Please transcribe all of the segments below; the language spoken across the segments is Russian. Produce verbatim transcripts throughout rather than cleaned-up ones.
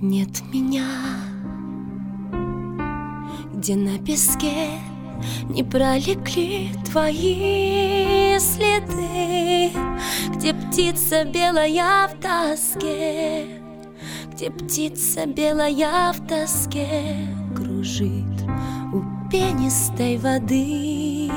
нет меня, где на песке не пролегли твои следы, где птица белая в тоске, где птица белая в тоске кружит у пенистой воды.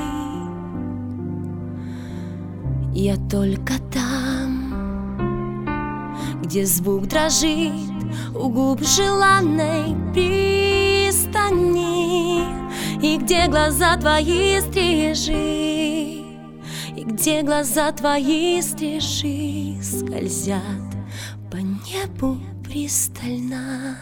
Я только там, где звук дрожит у губ желанной пристани, и где глаза твои стрижи, и где глаза твои стрижи скользят по небу пристально.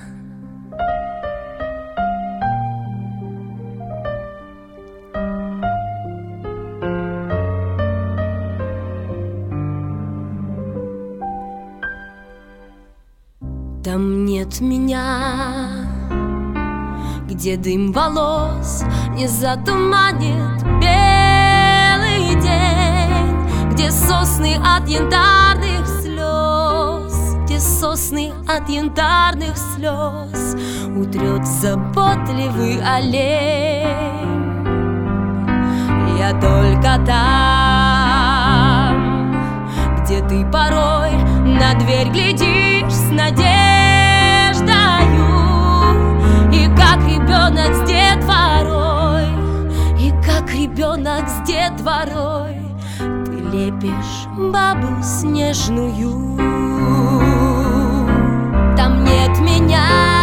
Там нет меня, где дым волос не затуманит белый день, где сосны от янтарных слез, где сосны от янтарных слез утрет заботливый олень. Я только там, где ты порой на дверь глядишь с надеждою, и как ребенок с детворой, и как ребенок с детворой ты лепишь бабу снежную. Там нет меня,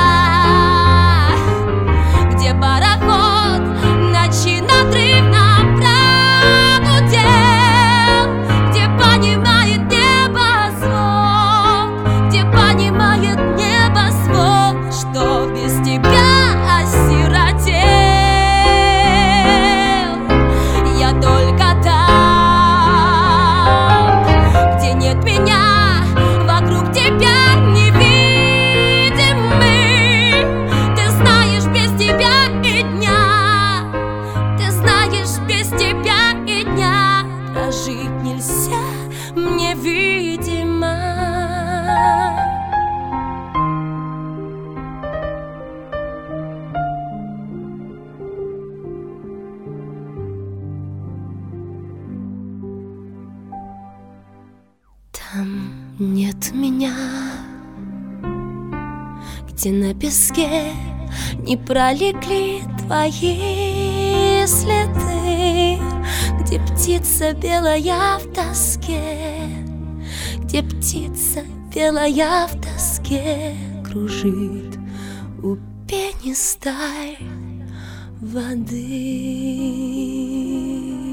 где пароход ночи надрывно прогудел, где понимает небосвод, где понимает небосвод, что без тебя осиротел. Я только там, где нет меня, вокруг тебя невидимый. Ты знаешь, без тебя и дня, ты знаешь, без тебя и дня прожить нельзя мне, видимо. Там нет меня, где на песке не пролегли твои следы, где птица белая в тоске, где птица белая в тоске кружит у пенистой воды.